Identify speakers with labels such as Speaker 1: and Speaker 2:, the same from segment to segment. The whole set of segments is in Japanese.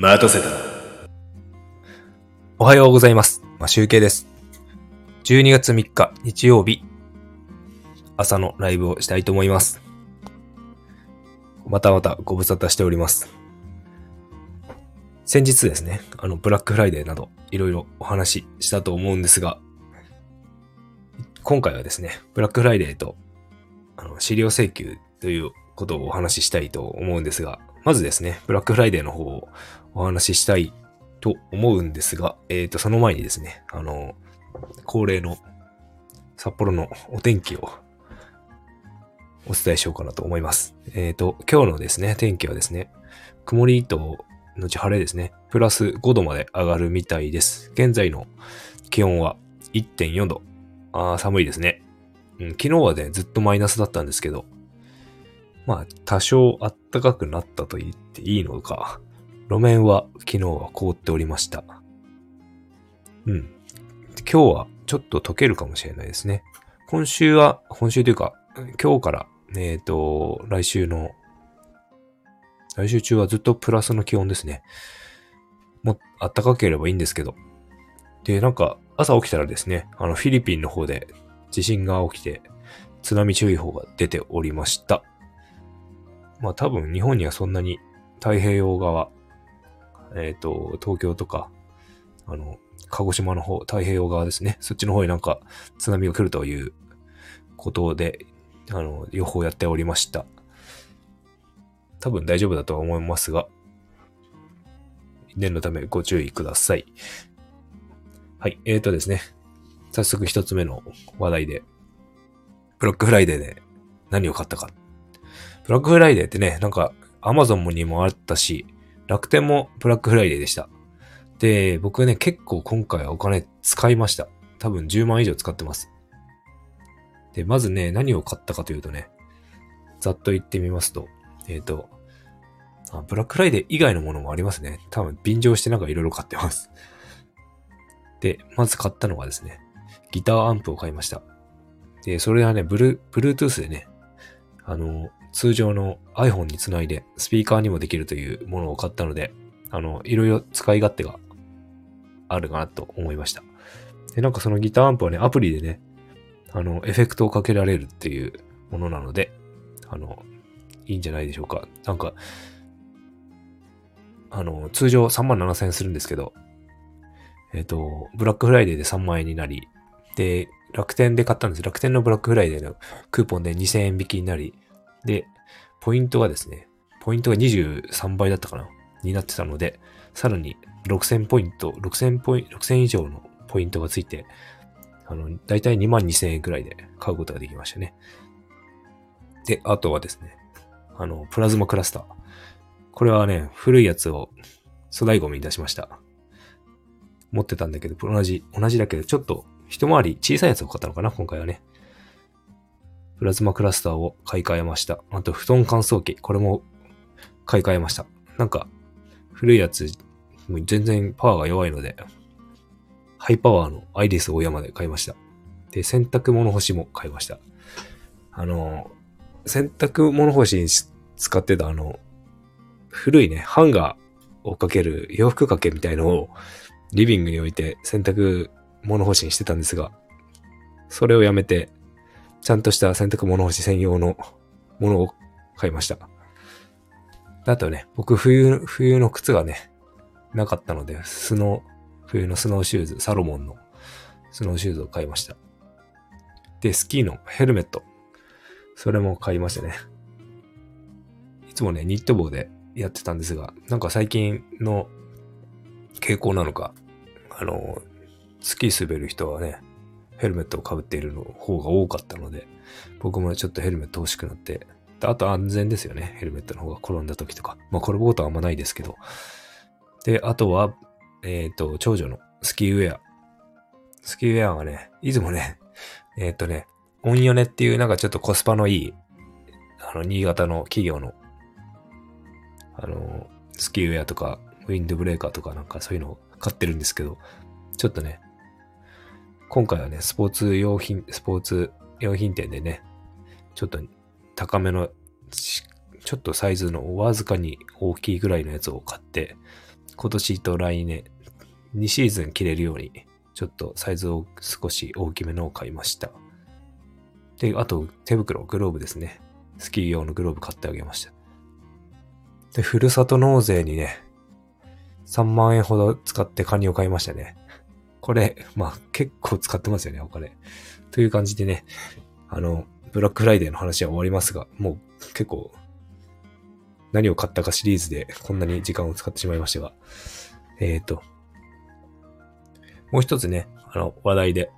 Speaker 1: 待たせた。
Speaker 2: おはようございます。集計です。12月3日日曜日、朝のライブをしたいと思います。またご無沙汰しております。先日ですね、ブラックフライデーなどいろいろお話ししたと思うんですが、今回はですね、ブラックフライデーと資料請求ということをお話ししたいと思うんですが、まずですね、ブラックフライデーの方をお話ししたいと思うんですが、その前にですね、恒例の札幌のお天気をお伝えしようかなと思います。今日のですね、天気はですね、曇りと後晴れですね、プラス5度まで上がるみたいです。現在の気温は 1.4 度。寒いですね。昨日はね、ずっとマイナスだったんですけど、多少暖かくなったと言っていいのか、路面は昨日は凍っておりました。今日はちょっと溶けるかもしれないですね。今週というか、今日から、来週中はずっとプラスの気温ですね。もう暖かければいいんですけど。で、朝起きたらですね、フィリピンの方で地震が起きて、津波注意報が出ておりました。多分日本にはそんなに太平洋側、東京とか、鹿児島の方、太平洋側ですね。そっちの方に津波が来るということで、予報やっておりました。多分大丈夫だとは思いますが、念のためご注意ください。はい、ですね。早速一つ目の話題で、ブラックフライデーで何を買ったか。ブラックフライデーってね、Amazon にもあったし、楽天もブラックフライデーでした。で、僕ね、結構今回はお金使いました。多分10万以上使ってます。で、まずね、何を買ったかというとね、ざっと言ってみますと、ブラックフライデー以外のものもありますね。多分便乗していろいろ買ってます。で、まず買ったのがですね、ギターアンプを買いました。で、それはね、Bluetooth でね、通常の iPhone につないでスピーカーにもできるというものを買ったので、いろいろ使い勝手があるかなと思いました。で、そのギターアンプはね、アプリでね、エフェクトをかけられるっていうものなので、いいんじゃないでしょうか。通常37,000円するんですけど、ブラックフライデーで3万円になり、で、楽天で買ったんです。楽天のブラックフライデーのクーポンで2,000円引きになり、で、ポイントが23倍だったかなになってたので、さらに6000以上のポイントがついて、だいたい 22,000 円くらいで買うことができましたね。で、あとはですね、プラズマクラスター。これはね、古いやつを粗大ゴミに出しました。持ってたんだけど、同じだけど、ちょっと一回り小さいやつを買ったのかな、今回はね。プラズマクラスターを買い替えました。あと、布団乾燥機。これも買い替えました。古いやつ、全然パワーが弱いので、ハイパワーのアイリスオーヤマで買いました。で、洗濯物干しも買いました。洗濯物干しに使ってた古いね、ハンガーをかける洋服掛けみたいのをリビングに置いて洗濯物干しにしてたんですが、それをやめて、ちゃんとした洗濯物干し専用のものを買いました。あとね、僕冬の靴がね、なかったので、冬のスノーシューズ、サロモンのスノーシューズを買いました。で、スキーのヘルメット。それも買いましたね。いつもね、ニット帽でやってたんですが、最近の傾向なのか、スキー滑る人はね、ヘルメットを被っているの方が多かったので、僕もちょっとヘルメット欲しくなって、あと安全ですよね、ヘルメットの方が転んだ時とか。転ぶことはあんまないですけど。で、あとは、長女のスキーウェア。スキーウェアがね、いつもね、オンヨネっていうちょっとコスパのいい、新潟の企業の、スキーウェアとか、ウィンドブレーカーとかそういうのを買ってるんですけど、ちょっとね、今回はね、スポーツ用品店でね、ちょっと高めの、ちょっとサイズのわずかに大きいぐらいのやつを買って、 今年と来年、2シーズン着れるように、ちょっとサイズを少し大きめのを買いました。で、あと手袋、グローブですね。スキー用のグローブ買ってあげました。で、ふるさと納税にね、3万円ほど使ってカニを買いましたね。これ、結構使ってますよね、お金。という感じでね、ブラックフライデーの話は終わりますが、もう結構、何を買ったかシリーズでこんなに時間を使ってしまいましたが、もう一つね、話題で、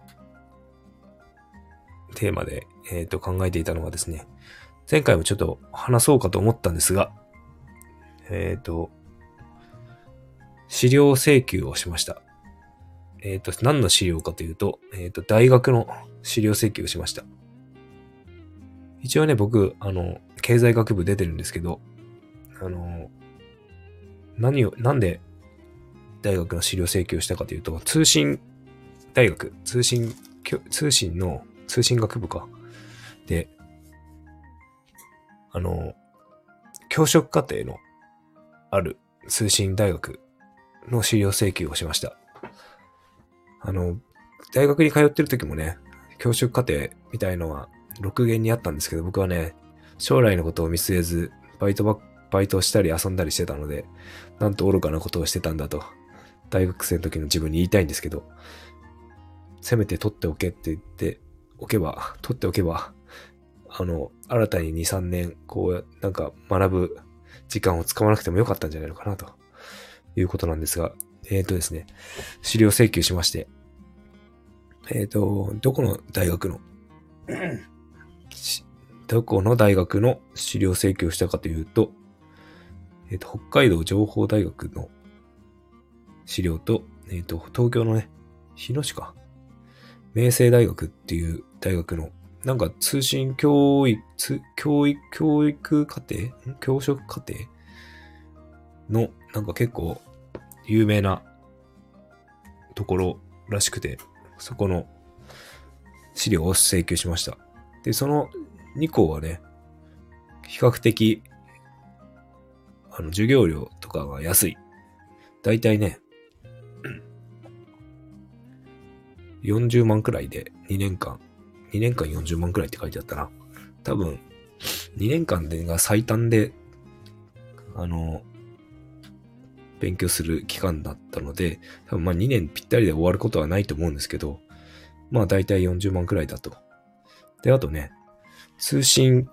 Speaker 2: テーマで、考えていたのがですね、前回もちょっと話そうかと思ったんですが、資料請求をしました。何の資料かというと、大学の資料請求をしました。一応ね、僕、経済学部出てるんですけど、なんで大学の資料請求をしたかというと、通信学部か。で、教職課程のある通信大学の資料請求をしました。大学に通ってる時もね、教職課程みたいのは6限にあったんですけど、僕はね、将来のことを見据えず、バイトをしたり遊んだりしてたので、なんと愚かなことをしてたんだと、大学生の時の自分に言いたいんですけど、せめて取っておけって言って取っておけば、新たに2、3年、学ぶ時間を使わなくてもよかったんじゃないのかな、ということなんですが、ですね、資料請求しまして、どこの大学の資料請求をしたかというと、北海道情報大学の資料と、東京のね、日野市か。明星大学っていう大学の、通信教育課程教職課程の、結構有名なところらしくて、そこの資料を請求しました。で、その2校はね、比較的、授業料とかが安い。だいたいね、40万くらいで2年間40万くらいって書いてあったな。多分、2年間が最短で、勉強する期間だったので、多分2年ぴったりで終わることはないと思うんですけど、だいたい40万くらいだと。で、あとね、通信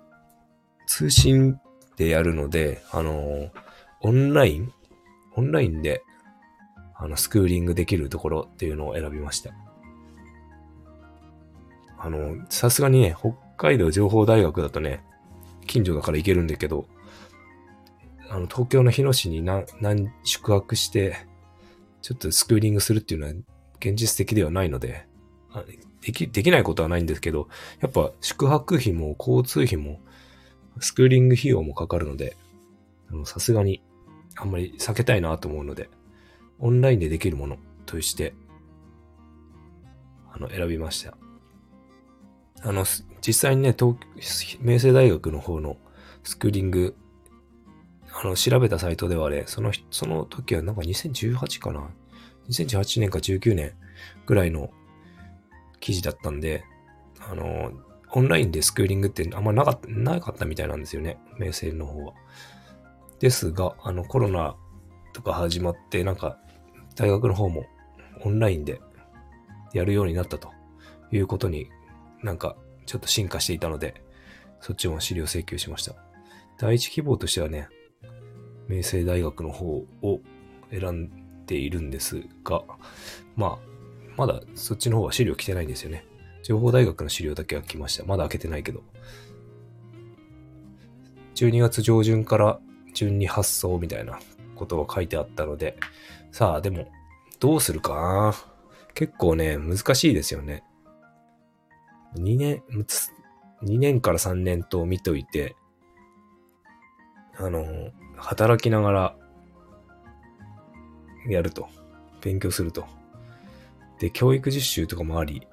Speaker 2: でやるので、オンラインで、スクーリングできるところっていうのを選びました。さすがにね、北海道情報大学だとね、近所だから行けるんだけど、東京の日野市に宿泊して、ちょっとスクーリングするっていうのは現実的ではないので、できないことはないんですけど、やっぱ宿泊費も交通費もスクーリング費用もかかるので、さすがにあんまり避けたいなと思うので、オンラインでできるものとして、選びました。実際にね、明星大学の方のスクーリング、調べたサイトではその時は2018かな ?2018 年か19年ぐらいの記事だったんで、オンラインでスクーリングってあんまなかったみたいなんですよね。明星の方は。ですが、コロナとか始まって、大学の方もオンラインでやるようになったということにちょっと進化していたので、そっちも資料請求しました。第一希望としてはね、明星大学の方を選んでいるんですが、まだそっちの方は資料来てないんですよね。情報大学の資料だけは来ました。まだ開けてないけど。12月上旬から順に発送みたいなことが書いてあったので、さあでも、どうするかな。結構ね、難しいですよね。2年から3年と見といて、働きながらやると。勉強すると。で、教育実習とかもあり、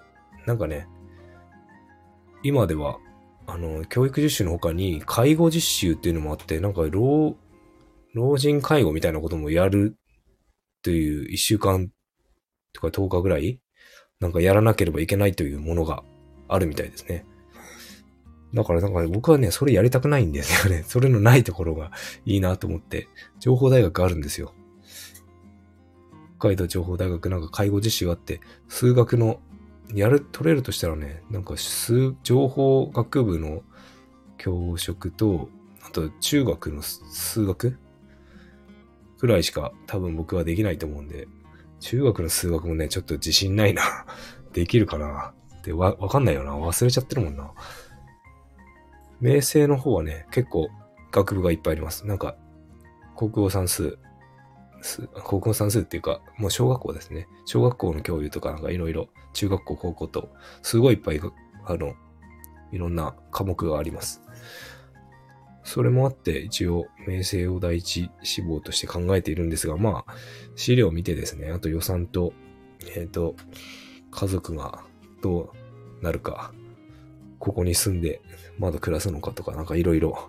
Speaker 2: 今では、教育実習の他に介護実習っていうのもあって、老人介護みたいなこともやるという1週間とか10日ぐらいなんかやらなければいけないというものがあるみたいですね。だからなんか僕はね、それやりたくないんですよね。それのないところがいいなと思って、情報大学あるんですよ。北海道情報大学なんか介護実習があって、数学の取れるとしたらね、なんか情報学部の教職と、あと中学の数学くらいしか多分僕はできないと思うんで、中学の数学もね、ちょっと自信ないな。できるかなってわかんないよな。忘れちゃってるもんな。明星の方はね、結構学部がいっぱいあります。なんか、国語算数っていうか、もう小学校ですね。小学校の教諭とかなんかいろいろ、中学校、高校と、すごいいっぱい、いろんな科目があります。それもあって、一応、明星を第一志望として考えているんですが、まあ、資料を見てですね、あと予算と、家族がどうなるか、ここに住んでまだ暮らすのかとかなんかいろいろ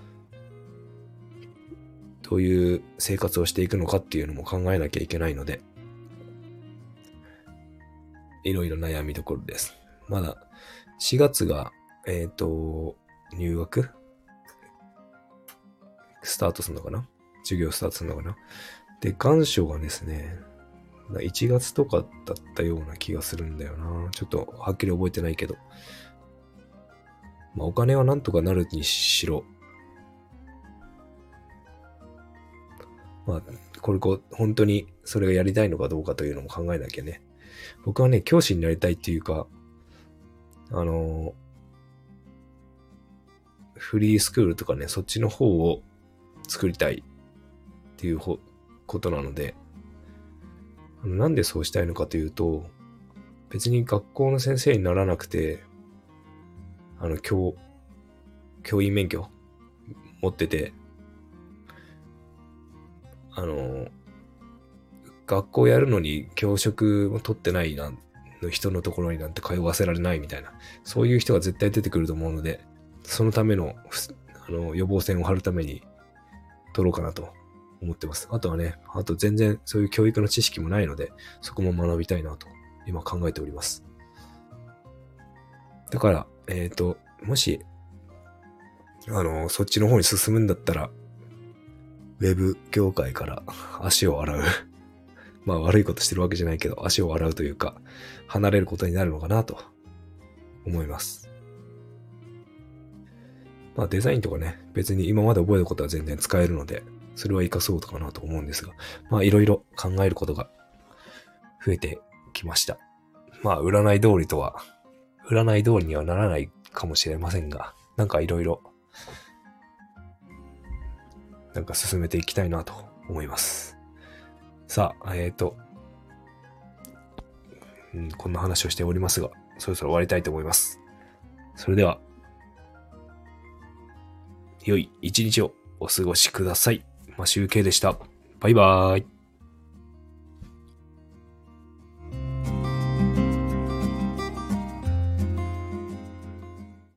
Speaker 2: どういう生活をしていくのかっていうのも考えなきゃいけないのでいろいろ悩みどころです。まだ4月が入学スタートするのかな、授業スタートするのかな。で願書がですね1月とかだったような気がするんだよな。ちょっとはっきり覚えてないけど、まあ、お金はなんとかなるにしろ、まあ、本当にそれがやりたいのかどうかというのも考えなきゃね。僕はね、教師になりたいっていうか、フリースクールとかね、そっちの方を作りたいっていうことなので、なんでそうしたいのかというと、別に学校の先生にならなくて、教員免許持ってて、学校やるのに教職も取ってないの人のところになんて通わせられないみたいな、そういう人が絶対出てくると思うので、そのための、予防線を張るために取ろうかなと思ってます。あとはね、全然そういう教育の知識もないので、そこも学びたいなと今考えております。だから、もし、そっちの方に進むんだったら、ウェブ業界から足を洗う。まあ悪いことしてるわけじゃないけど、足を洗うというか、離れることになるのかなと思います。まあデザインとかね、別に今まで覚えることは全然使えるので、それは活かそうかなと思うんですが、まあいろいろ考えることが増えてきました。まあ占い通りにはならないかもしれませんが、なんかいろいろなんか進めていきたいなと思います。さあ、こんな話をしておりますが、そろそろ終わりたいと思います。それでは、良い一日をお過ごしください。集計でした。バイバーイ。